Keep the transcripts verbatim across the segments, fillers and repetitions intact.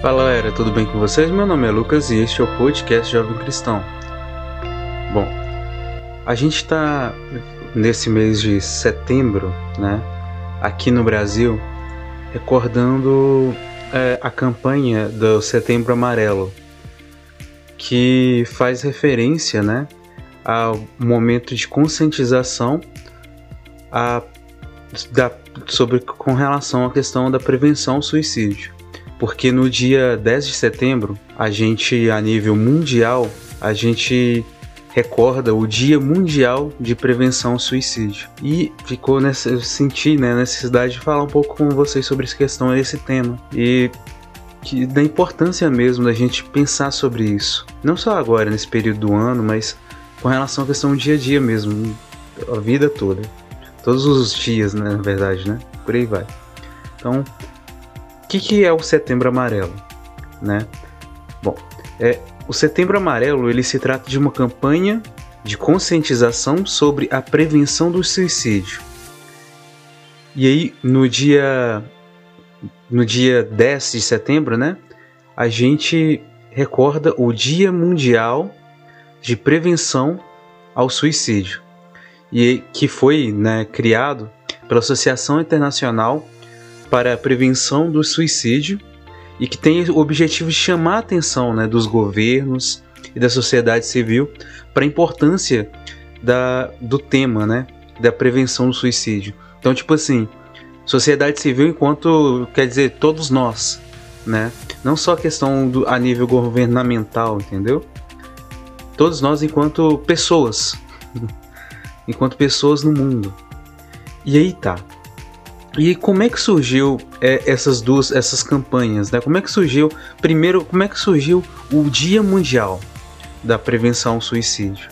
Fala galera, tudo bem com vocês? Meu nome é Lucas e este é o podcast Jovem Cristão. Bom, a gente está nesse mês de setembro, né, aqui no Brasil, recordando é, a campanha do Setembro Amarelo, que faz referência, né, ao momento de conscientização a, da, sobre, com relação à questão da prevenção ao suicídio. Porque no dia dez de setembro, a gente, a nível mundial, a gente recorda o Dia Mundial de Prevenção ao Suicídio. E ficou nessa, eu senti, né, necessidade de falar um pouco com vocês sobre essa questão, esse tema. E que, da importância mesmo da gente pensar sobre isso. Não só agora, nesse período do ano, mas com relação à questão do dia a dia mesmo, a vida toda. Todos os dias, né, na verdade, né? Por aí vai. Então, o que, que é o Setembro Amarelo, né? Bom, é, o Setembro Amarelo ele se trata de uma campanha de conscientização sobre a prevenção do suicídio. E aí, no dia, no dia dez de setembro, né, a gente recorda o Dia Mundial de Prevenção ao Suicídio, e que foi, né, criado pela Associação Internacional para a Prevenção do Suicídio e que tem o objetivo de chamar a atenção, né, dos governos e da sociedade civil para a importância da, do tema, né, da prevenção do suicídio. Então, tipo assim, sociedade civil enquanto, quer dizer, todos nós, né, não só a questão do, a nível governamental, entendeu? Todos nós enquanto pessoas, enquanto pessoas no mundo. E aí tá. E como é que surgiu é, essas duas essas campanhas, né? Como é que surgiu primeiro? Como é que surgiu o Dia Mundial da Prevenção ao Suicídio,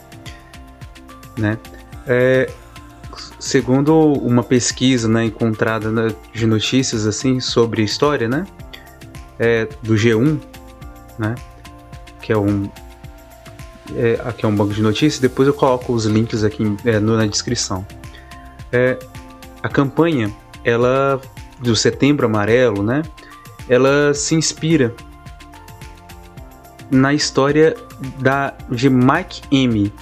né? É, segundo uma pesquisa, né, encontrada na, de notícias assim sobre história, né? É, do G um, né? Que é um é, aqui é um banco de notícias. Depois eu coloco os links aqui é, no, na descrição. É, a campanha ela do Setembro Amarelo, né? Ela se inspira na história da de Mike M,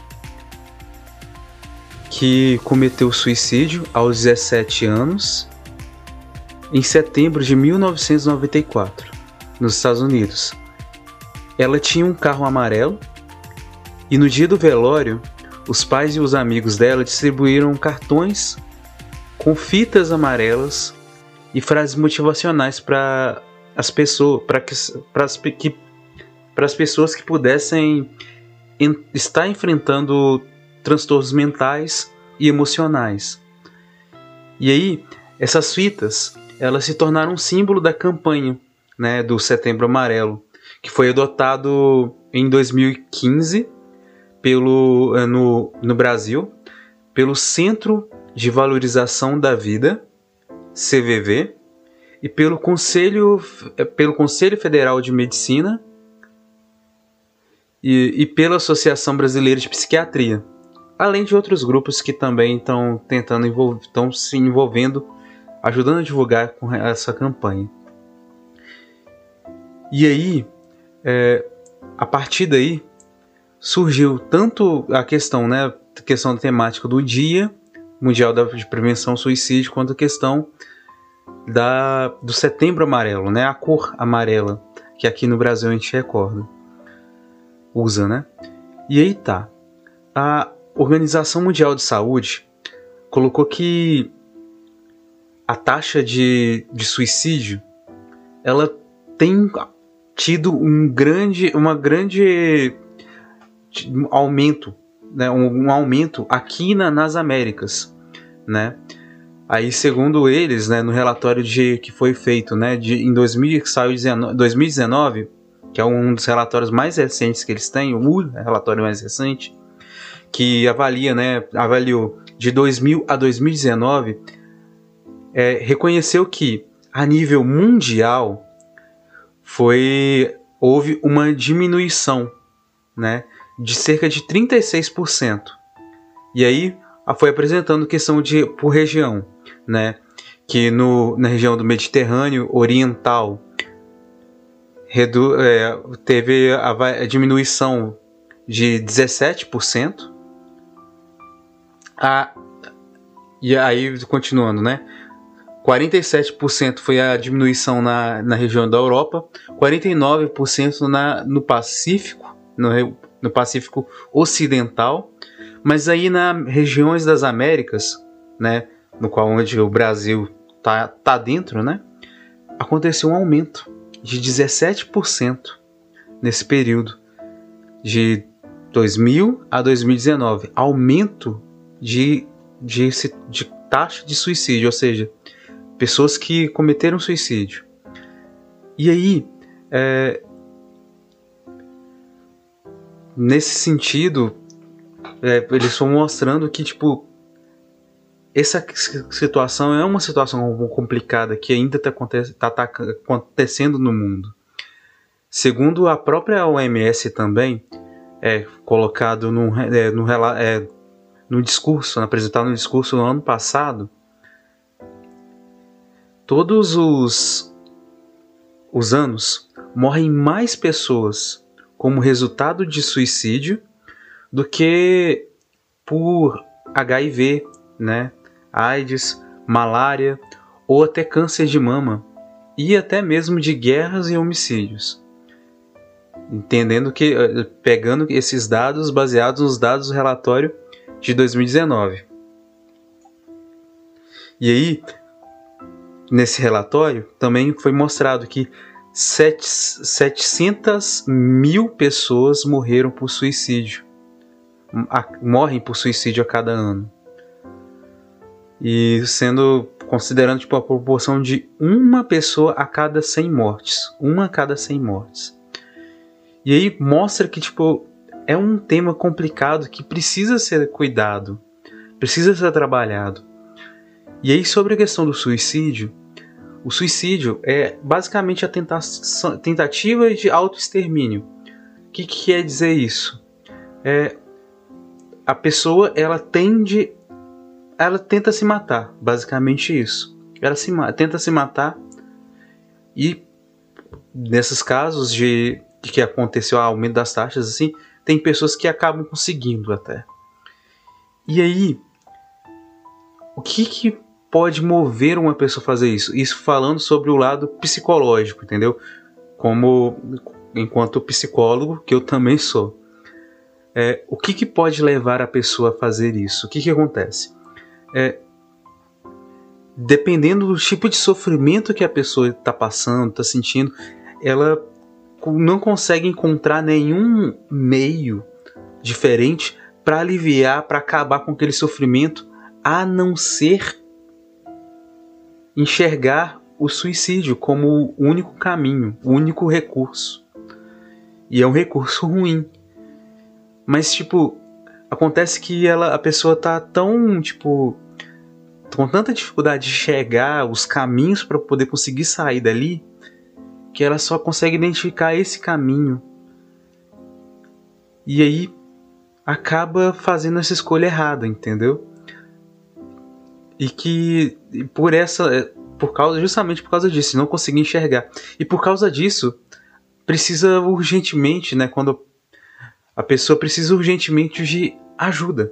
que cometeu suicídio aos dezessete anos em setembro de mil novecentos e noventa e quatro, nos Estados Unidos. Ela tinha um carro amarelo e no dia do velório, os pais e os amigos dela distribuíram cartões com fitas amarelas e frases motivacionais para as pessoas, para que, para as, que, para as pessoas que pudessem en, estar enfrentando transtornos mentais e emocionais. E aí, essas fitas, elas se tornaram um símbolo da campanha, né, do Setembro Amarelo, que foi adotado em dois mil e quinze pelo, no, no Brasil, pelo Centro de Valorização da Vida, C V V, e pelo Conselho, pelo Conselho Federal de Medicina e, e pela Associação Brasileira de Psiquiatria, além de outros grupos que também estão tentando envolver, estão se envolvendo, ajudando a divulgar com essa campanha. E aí, é, a partir daí, surgiu tanto a questão, né, a questão da temática do Dia Mundial de Prevenção ao Suicídio, quanto a questão da, do Setembro Amarelo, né? A cor amarela, que aqui no Brasil a gente recorda, usa, né? E aí tá. A Organização Mundial de Saúde colocou que a taxa de, de suicídio ela tem tido um grande, uma grande aumento, né, um, um aumento aqui na, nas Américas, né? Aí, segundo eles, né, no relatório de, que foi feito, né, de, em dois mil, que saiu dois mil e dezenove, que é um dos relatórios mais recentes que eles têm, o relatório mais recente, que avalia, né, avaliou de dois mil a dois mil e dezenove, é, reconheceu que a nível mundial foi, houve uma diminuição, né, de cerca de trinta e seis por cento. E aí foi apresentando questão de por região, né, que no, na região do Mediterrâneo Oriental redu é, teve a, a diminuição de dezessete por cento. A, e aí, continuando, né? quarenta e sete por cento foi a diminuição na, na região da Europa, quarenta e nove por cento na, no Pacífico, no, no Pacífico Ocidental, mas aí nas regiões das Américas, né, no qual onde o Brasil tá, tá dentro, né, aconteceu um aumento de dezessete por cento nesse período de dois mil a dois mil e dezenove, aumento de, de, de taxa de suicídio, ou seja, pessoas que cometeram suicídio. E aí, é, nesse sentido, é, eles estão mostrando que, tipo, essa situação é uma situação complicada que ainda está tá, tá acontecendo no mundo. Segundo a própria O M S também, é colocado no, é, no, é, no discurso, apresentado no discurso no ano passado, todos os, os anos morrem mais pessoas como resultado de suicídio do que por H I V, né? AIDS, malária ou até câncer de mama e até mesmo de guerras e homicídios. Entendendo que, pegando esses dados baseados nos dados do relatório de dois mil e dezenove. E aí, nesse relatório também foi mostrado que setecentas mil pessoas morreram por suicídio. Morrem por suicídio a cada ano. E sendo, considerando tipo, a proporção de uma pessoa a cada cem mortes. Uma a cada cem mortes. E aí mostra que tipo, é um tema complicado que precisa ser cuidado. Precisa ser trabalhado. E aí sobre a questão do suicídio, o suicídio é basicamente a tenta tentativa de autoextermínio. O que, que quer dizer isso? É, a pessoa ela tende, ela tenta se matar, basicamente isso. Ela se, tenta se matar e nesses casos de, de que aconteceu o aumento das taxas, assim, tem pessoas que acabam conseguindo até. E aí, o que que pode mover uma pessoa a fazer isso? Isso falando sobre o lado psicológico, entendeu? Como, enquanto psicólogo, que eu também sou. É, o que, que pode levar a pessoa a fazer isso? O que, que acontece? É, dependendo do tipo de sofrimento que a pessoa está passando, está sentindo, ela não consegue encontrar nenhum meio diferente para aliviar, para acabar com aquele sofrimento, a não ser enxergar o suicídio como o único caminho, o único recurso. E é um recurso ruim. Mas, tipo, acontece que ela, a pessoa tá tão, tipo, com tanta dificuldade de enxergar os caminhos para poder conseguir sair dali, que ela só consegue identificar esse caminho. E aí acaba fazendo essa escolha errada, entendeu? E que por essa, por causa, justamente por causa disso, não conseguir enxergar. E por causa disso, precisa urgentemente, né, quando a pessoa precisa urgentemente de ajuda.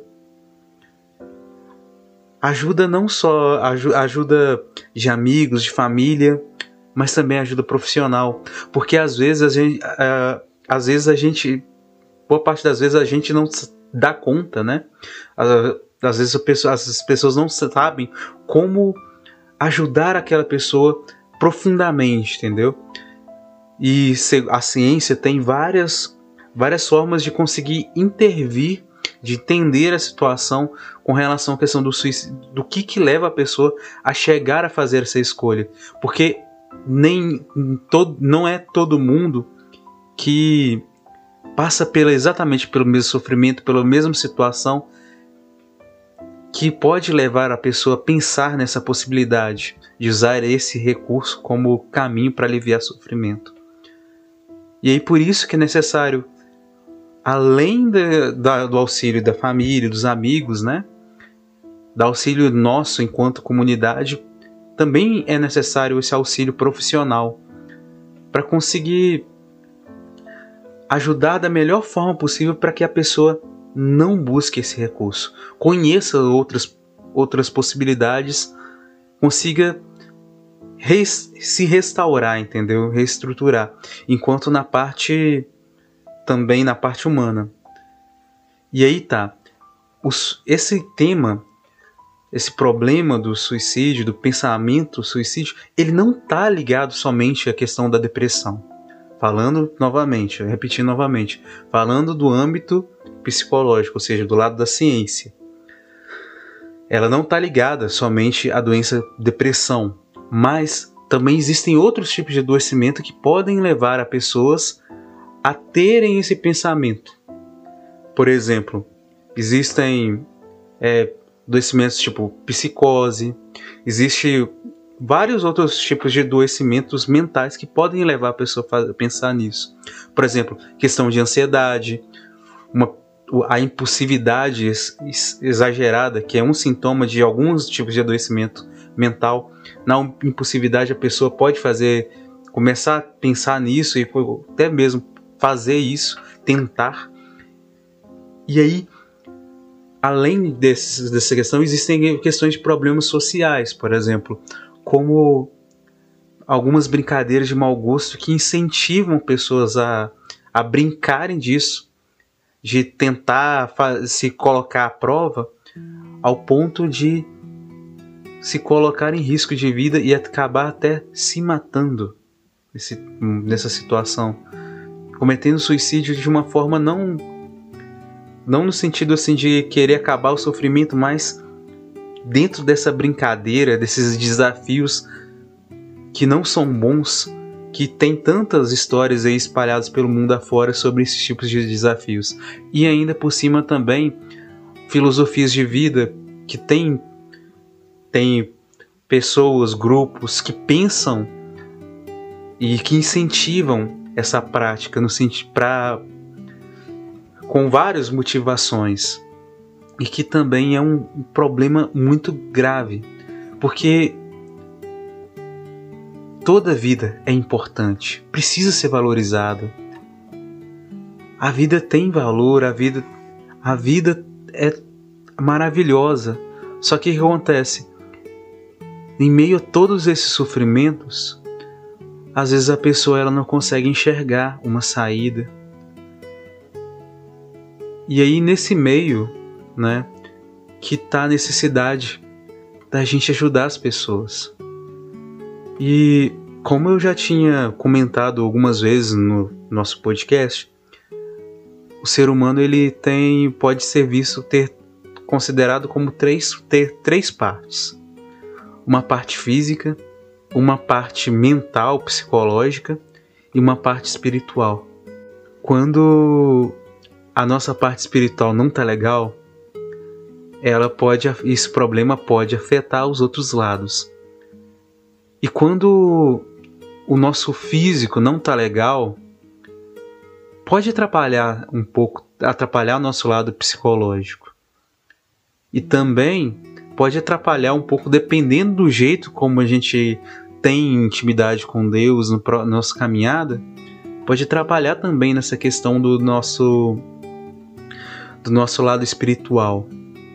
Ajuda não só ajuda de amigos, de família, mas também ajuda profissional. Porque às vezes a gente, uh, às vezes a gente, boa parte das vezes a gente não dá conta, né? Uh, Às vezes as pessoas não sabem como ajudar aquela pessoa profundamente, entendeu? E a ciência tem várias, várias formas de conseguir intervir, de entender a situação com relação à questão do suicídio, do que, que leva a pessoa a chegar a fazer essa escolha. Porque nem todo, não é todo mundo que passa pela, exatamente pelo mesmo sofrimento, pela mesma situação, que pode levar a pessoa a pensar nessa possibilidade de usar esse recurso como caminho para aliviar sofrimento. E aí por isso que é necessário, além de, da, do auxílio da família, dos amigos, né, do auxílio nosso enquanto comunidade, também é necessário esse auxílio profissional para conseguir ajudar da melhor forma possível para que a pessoa não busque esse recurso, conheça outras, outras possibilidades, consiga res, se restaurar, entendeu? Reestruturar, enquanto na parte, também na parte humana. E aí tá, os, esse tema, esse problema do suicídio, do pensamento suicídio, ele não está ligado somente à questão da depressão. Falando novamente, repetindo novamente, falando do âmbito psicológico, ou seja, do lado da ciência. Ela não está ligada somente à doença depressão, mas também existem outros tipos de adoecimento que podem levar a pessoas a terem esse pensamento. Por exemplo, existem é, adoecimentos tipo psicose, existe vários outros tipos de adoecimentos mentais que podem levar a pessoa a pensar nisso. Por exemplo, questão de ansiedade, uma, a impulsividade exagerada, que é um sintoma de alguns tipos de adoecimento mental. Na impulsividade a pessoa pode fazer, começar a pensar nisso e até mesmo fazer isso, tentar. E aí, além desses, dessa questão, existem questões de problemas sociais, por exemplo, como algumas brincadeiras de mau gosto que incentivam pessoas a, a brincarem disso, de tentar se colocar à prova ao ponto de se colocar em risco de vida e acabar até se matando nesse, nessa situação, cometendo suicídio de uma forma não, não no sentido assim de querer acabar o sofrimento, mas dentro dessa brincadeira, desses desafios que não são bons, que tem tantas histórias aí espalhadas pelo mundo afora sobre esses tipos de desafios. E ainda por cima também filosofias de vida que tem, tem pessoas, grupos que pensam e que incentivam essa prática no sentido pra, com várias motivações. E que também é um problema muito grave, porque toda vida é importante, precisa ser valorizada. A vida tem valor, a vida, a vida é maravilhosa. Só que o que acontece? Em meio a todos esses sofrimentos, às vezes a pessoa ela não consegue enxergar uma saída. E aí nesse meio, né, que está a necessidade da gente ajudar as pessoas. E como eu já tinha comentado algumas vezes no nosso podcast, o ser humano ele tem, pode ser visto ter considerado como três, ter três partes. Uma parte física, uma parte mental, psicológica e uma parte espiritual. Quando a nossa parte espiritual não está legal, ela pode, esse problema pode afetar os outros lados. E quando o nosso físico não está legal, pode atrapalhar um pouco, atrapalhar o nosso lado psicológico. E também pode atrapalhar um pouco, dependendo do jeito como a gente tem intimidade com Deus no na nossa caminhada, pode atrapalhar também nessa questão do nosso, do nosso lado espiritual.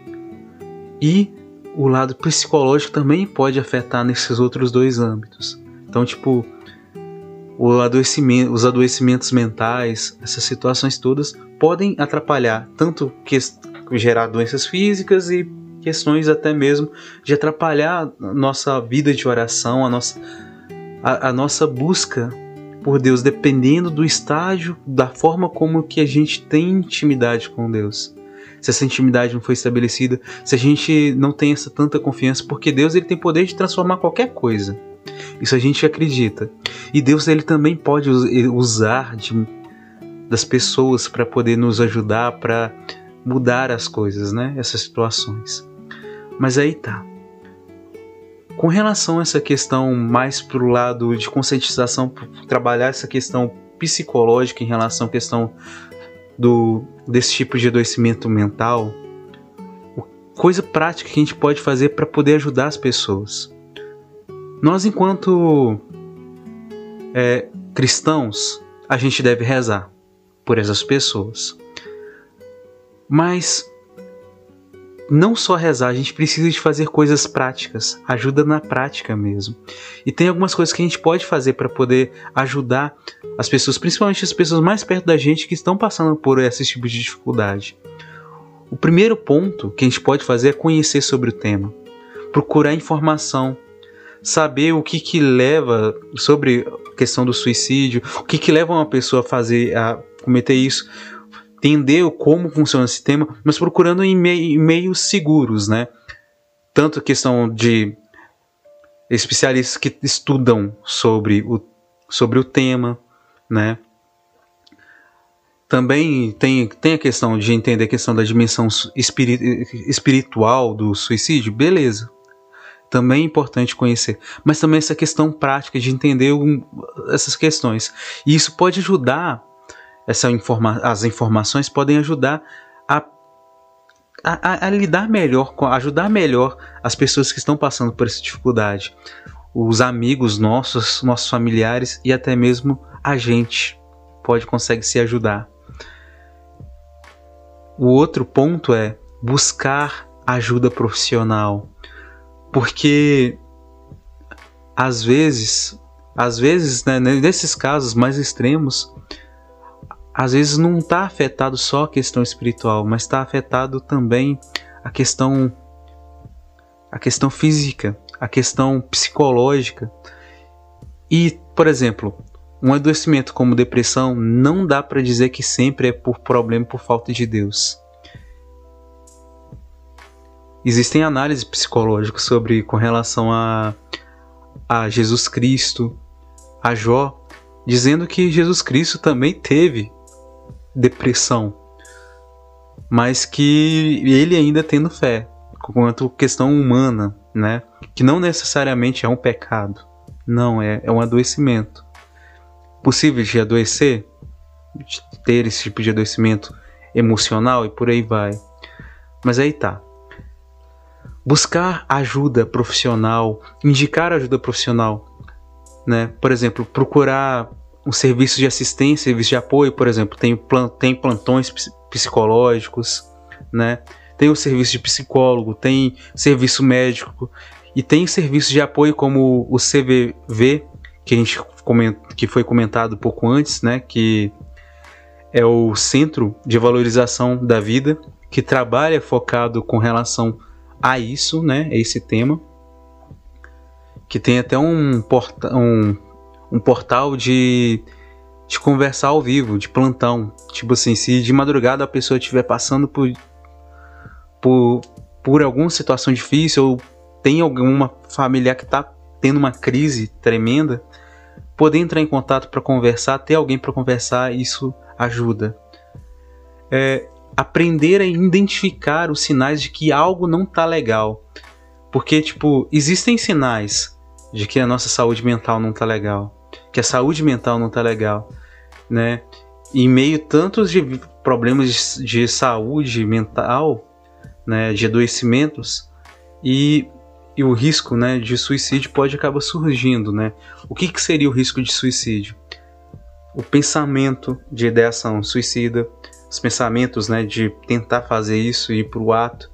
E o lado psicológico também pode afetar nesses outros dois âmbitos. Então, tipo, o adoecimento, os adoecimentos mentais, essas situações todas podem atrapalhar, tanto que, gerar doenças físicas e questões até mesmo de atrapalhar a nossa vida de oração, a nossa, a, a nossa busca por Deus, dependendo do estágio, da forma como que a gente tem intimidade com Deus. Se essa intimidade não foi estabelecida, se a gente não tem essa tanta confiança, porque Deus ele tem poder de transformar qualquer coisa. Isso a gente acredita. E Deus ele também pode usar de, das pessoas para poder nos ajudar, para mudar as coisas, né? Essas situações. Mas aí tá. Com relação a essa questão mais para o lado de conscientização, trabalhar essa questão psicológica em relação à questão do, desse tipo de adoecimento mental, coisa prática que a gente pode fazer para poder ajudar as pessoas. Nós, enquanto é, cristãos, a gente deve rezar por essas pessoas. Mas não só rezar, a gente precisa de fazer coisas práticas, ajuda na prática mesmo. E tem algumas coisas que a gente pode fazer para poder ajudar as pessoas, principalmente as pessoas mais perto da gente que estão passando por esse tipo de dificuldade. O primeiro ponto que a gente pode fazer é conhecer sobre o tema, procurar informação, saber o que que leva sobre a questão do suicídio, o que que leva uma pessoa a fazer, a cometer isso, entender como funciona esse tema, mas procurando em, mei- em meios seguros, né? Tanto a questão de especialistas que estudam sobre o, sobre o tema, né? Também tem, tem a questão de entender a questão da dimensão espiri- espiritual do suicídio, beleza. Também é importante conhecer, mas também essa questão prática de entender um, essas questões. E isso pode ajudar, essa informa- as informações podem ajudar a, a, a lidar melhor, com, ajudar melhor as pessoas que estão passando por essa dificuldade. Os amigos nossos, nossos familiares e até mesmo a gente pode consegue se ajudar. O outro ponto é buscar ajuda profissional. Porque às vezes, às vezes, né, nesses casos mais extremos, às vezes não está afetado só a questão espiritual, mas está afetado também a questão, a questão física, a questão psicológica. E, por exemplo, um adoecimento como depressão não dá para dizer que sempre é por problema, por falta de Deus. Existem análises psicológicas sobre, com relação a, a Jesus Cristo, a Jó, dizendo que Jesus Cristo também teve depressão, mas que ele ainda tendo fé, quanto questão humana, né? Que não necessariamente é um pecado, não, é, é um adoecimento. Possível de adoecer, de ter esse tipo de adoecimento emocional e por aí vai. Mas aí tá. Buscar ajuda profissional, indicar ajuda profissional, né? Por exemplo, procurar um serviço de assistência, serviço de apoio, por exemplo, tem, tem plantões psicológicos, né? Tem o serviço de psicólogo, tem serviço médico e tem serviço de apoio como o C V V, que a gente comenta, que foi comentado um pouco antes, né? Que é o Centro de Valorização da Vida, que trabalha focado com relação a isso, né, esse tema, que tem até um, porta, um, um portal de, de conversar ao vivo, de plantão, tipo assim, se de madrugada a pessoa estiver passando por, por, por alguma situação difícil, ou tem alguma familiar que está tendo uma crise tremenda, poder entrar em contato para conversar, ter alguém para conversar, isso ajuda. É, aprender a identificar os sinais de que algo não tá legal. Porque, tipo, existem sinais de que a nossa saúde mental não tá legal, que a saúde mental não tá legal, né? Em meio tantos de problemas de, de saúde mental, né, de adoecimentos, e, e o risco, né, de suicídio pode acabar surgindo, né? O que, que seria o risco de suicídio? O pensamento de ideação suicida, os pensamentos, né, de tentar fazer isso e ir para o ato,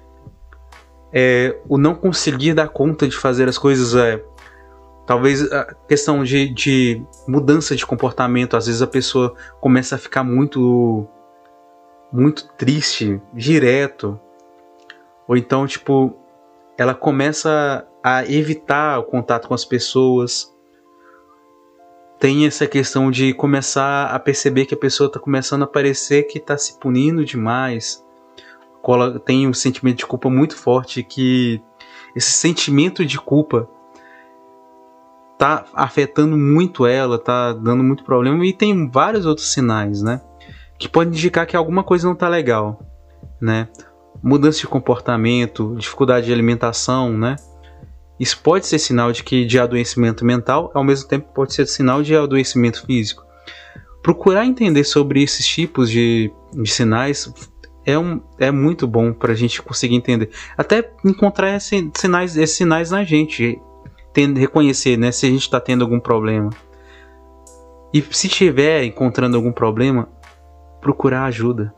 é, o não conseguir dar conta de fazer as coisas, é, talvez a questão de, de mudança de comportamento, às vezes a pessoa começa a ficar muito, muito triste, direto, ou então, tipo, ela começa a evitar o contato com as pessoas. Tem essa questão de começar a perceber que a pessoa está começando a parecer que está se punindo demais. Tem um sentimento de culpa muito forte, que esse sentimento de culpa está afetando muito ela, está dando muito problema. E tem vários outros sinais, né, que podem indicar que alguma coisa não está legal, né? Mudança de comportamento, dificuldade de alimentação, né? Isso pode ser sinal de que de adoecimento mental, ao mesmo tempo pode ser sinal de adoecimento físico. Procurar entender sobre esses tipos de, de sinais é, um, é muito bom para a gente conseguir entender. Até encontrar esses sinais, esses sinais na gente, tendo, reconhecer, né, se a gente está tendo algum problema. E se estiver encontrando algum problema, procurar ajuda.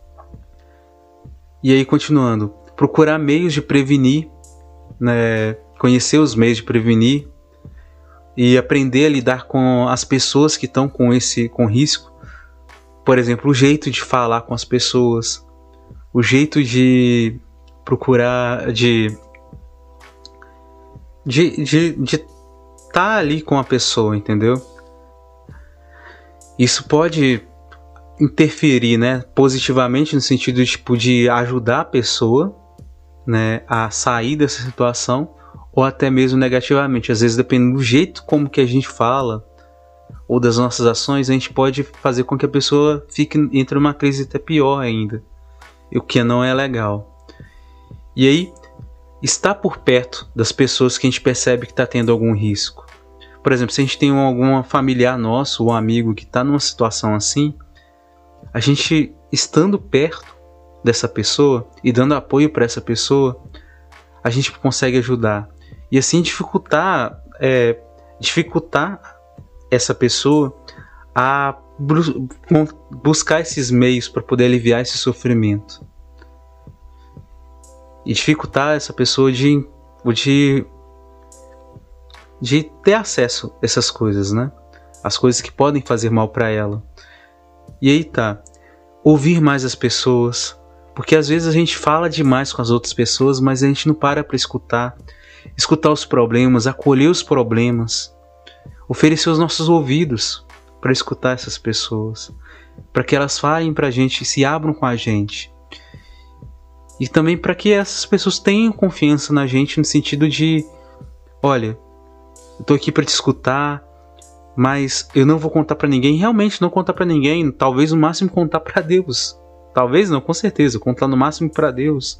E aí, continuando, procurar meios de prevenir, né, conhecer os meios de prevenir e aprender a lidar com as pessoas que estão com esse com risco. Por exemplo, o jeito de falar com as pessoas, o jeito de procurar, de de de de estar ali com a pessoa, entendeu? Isso pode interferir, né, positivamente no sentido de, tipo, de ajudar a pessoa, né, a sair dessa situação, ou até mesmo negativamente. Às vezes, dependendo do jeito como que a gente fala ou das nossas ações, a gente pode fazer com que a pessoa fique entre uma crise até pior ainda, o que não é legal. E aí, estar por perto das pessoas que a gente percebe que está tendo algum risco. Por exemplo, se a gente tem algum familiar nosso ou amigo que está numa situação assim, a gente estando perto dessa pessoa e dando apoio para essa pessoa, a gente consegue ajudar. E assim dificultar, é, dificultar essa pessoa a buscar esses meios para poder aliviar esse sofrimento. E dificultar essa pessoa de, de, de ter acesso a essas coisas, né? As coisas que podem fazer mal para ela. E aí tá, ouvir mais as pessoas, porque às vezes a gente fala demais com as outras pessoas, mas a gente não para para escutar, escutar os problemas, acolher os problemas, oferecer os nossos ouvidos para escutar essas pessoas, para que elas falem para a gente e se abram com a gente. E também para que essas pessoas tenham confiança na gente no sentido de, olha, eu tô aqui para te escutar, mas eu não vou contar para ninguém, realmente não contar para ninguém, talvez no máximo contar para Deus. Talvez não, com certeza, contar no máximo para Deus.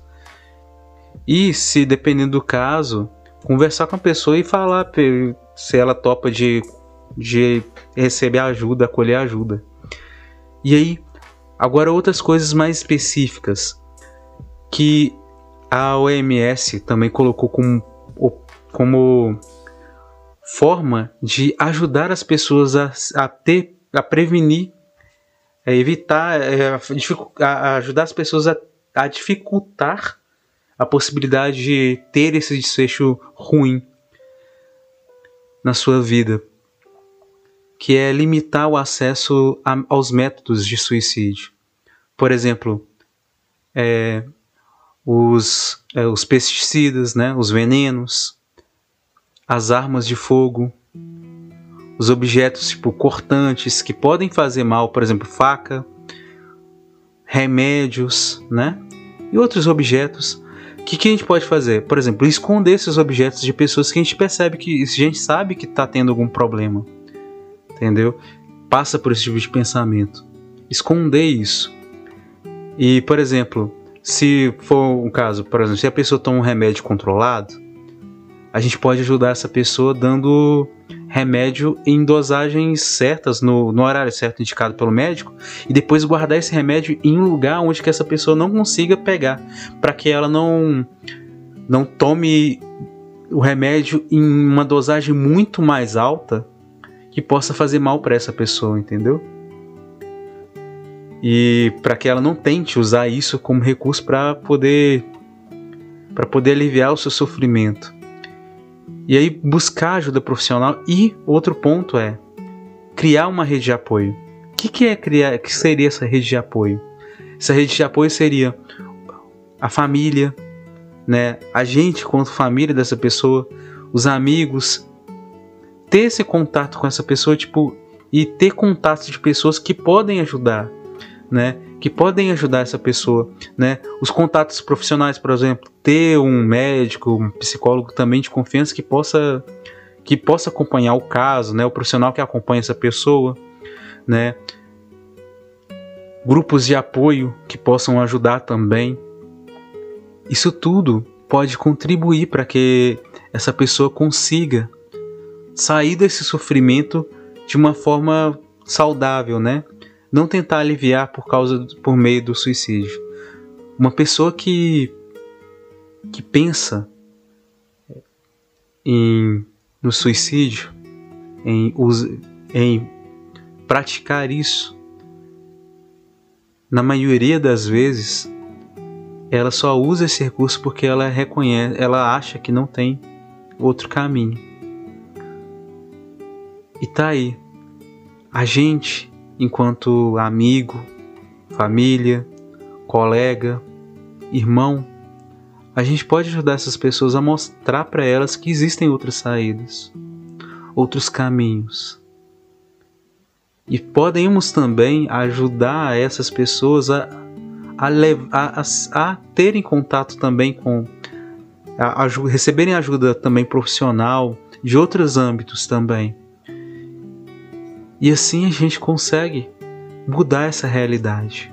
E se dependendo do caso, conversar com a pessoa e falar se ela topa de, de receber ajuda, acolher ajuda. E aí, agora outras coisas mais específicas que a O M S também colocou como, como forma de ajudar as pessoas a, a, ter, a prevenir, a evitar, a, a ajudar as pessoas a, a dificultar a possibilidade de ter esse desfecho ruim na sua vida, que é limitar o acesso a, aos métodos de suicídio. Por exemplo, é, os, é, os pesticidas, né, os venenos, as armas de fogo, os objetos tipo cortantes que podem fazer mal, por exemplo, faca, remédios, né, e outros objetos. O que, que a gente pode fazer? Por exemplo, esconder esses objetos de pessoas que a gente percebe que a gente sabe que está tendo algum problema, entendeu? Passa por esse tipo de pensamento. Esconder isso. E, por exemplo, se for um caso, por exemplo, se a pessoa toma um remédio controlado, a gente pode ajudar essa pessoa dando remédio em dosagens certas, no, no horário certo indicado pelo médico, e depois guardar esse remédio em um lugar onde que essa pessoa não consiga pegar, para que ela não, não tome o remédio em uma dosagem muito mais alta que possa fazer mal para essa pessoa, entendeu? E para que ela não tente usar isso como recurso para poder, para poder aliviar o seu sofrimento. E aí buscar ajuda profissional. E outro ponto é criar uma rede de apoio. O que, que é criar? Que seria essa rede de apoio? Essa rede de apoio seria a família, né? A gente, quanto família dessa pessoa, os amigos, ter esse contato com essa pessoa, tipo, e ter contato de pessoas que podem ajudar, né? Que podem ajudar essa pessoa, né? Os contatos profissionais, por exemplo, ter um médico, um psicólogo também de confiança que possa, que possa acompanhar o caso, né? O profissional que acompanha essa pessoa, né? Grupos de apoio que possam ajudar também. Isso tudo pode contribuir para que essa pessoa consiga sair desse sofrimento de uma forma saudável, né? Não tentar aliviar por causa por meio do suicídio. Uma pessoa que que pensa em no suicídio, em, em praticar isso, na maioria das vezes, ela só usa esse recurso porque ela reconhece, ela acha que não tem outro caminho. E tá aí, a gente, enquanto amigo, família, colega, irmão, a gente pode ajudar essas pessoas a mostrar para elas que existem outras saídas, outros caminhos. E podemos também ajudar essas pessoas a, a, a, a, a terem contato também com, a, a, receberem ajuda também profissional de outros âmbitos também. E assim a gente consegue mudar essa realidade.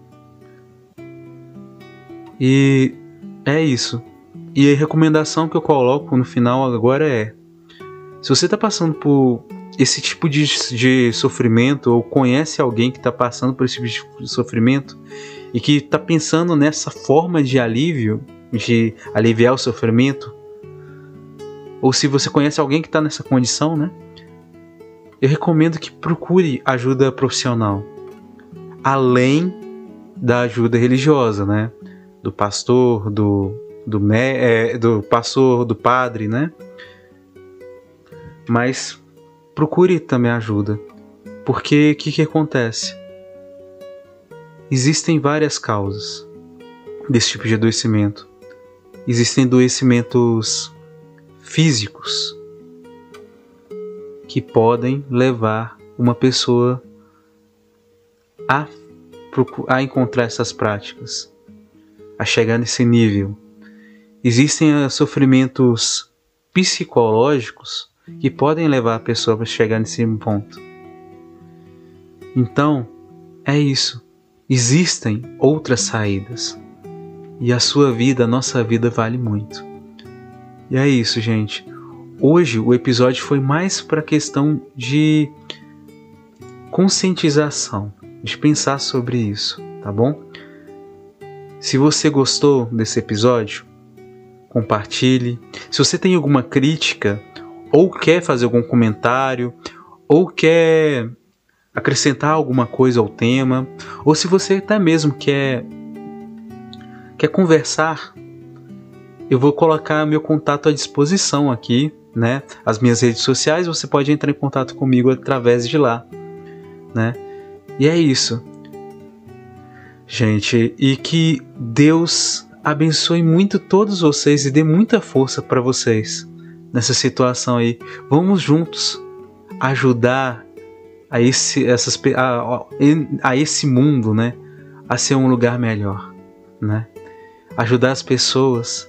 E é isso. E a recomendação que eu coloco no final agora é: se você está passando por esse tipo de, de sofrimento, ou conhece alguém que está passando por esse tipo de sofrimento e que está pensando nessa forma de alívio, de aliviar o sofrimento, ou se você conhece alguém que está nessa condição, né? Eu recomendo que procure ajuda profissional, além da ajuda religiosa, né? Do pastor, do, do, é, do pastor, do padre, né? Mas procure também ajuda, porque o que, que acontece? Existem várias causas desse tipo de adoecimento. Existem adoecimentos físicos que podem levar uma pessoa a, a encontrar essas práticas, a chegar nesse nível. Existem uh, sofrimentos psicológicos que podem levar a pessoa para chegar nesse ponto. Então, é isso. Existem outras saídas. E a sua vida, a nossa vida vale muito. E é isso, gente. Hoje o episódio foi mais para a questão de conscientização, de pensar sobre isso, tá bom? Se você gostou desse episódio, compartilhe. Se você tem alguma crítica, ou quer fazer algum comentário, ou quer acrescentar alguma coisa ao tema, ou se você até mesmo quer, quer conversar, eu vou colocar meu contato à disposição aqui, né? As minhas redes sociais, você pode entrar em contato comigo através de lá, né? E é isso, gente, e que Deus abençoe muito todos vocês e dê muita força para vocês nessa situação aí. Vamos juntos ajudar a esse, essas, a, a esse mundo, né, a ser um lugar melhor, né? Ajudar as pessoas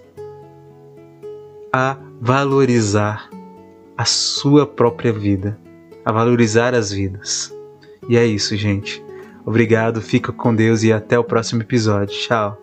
a valorizar a sua própria vida, a valorizar as vidas. E é isso, gente. Obrigado, fica com Deus e até o próximo episódio. Tchau.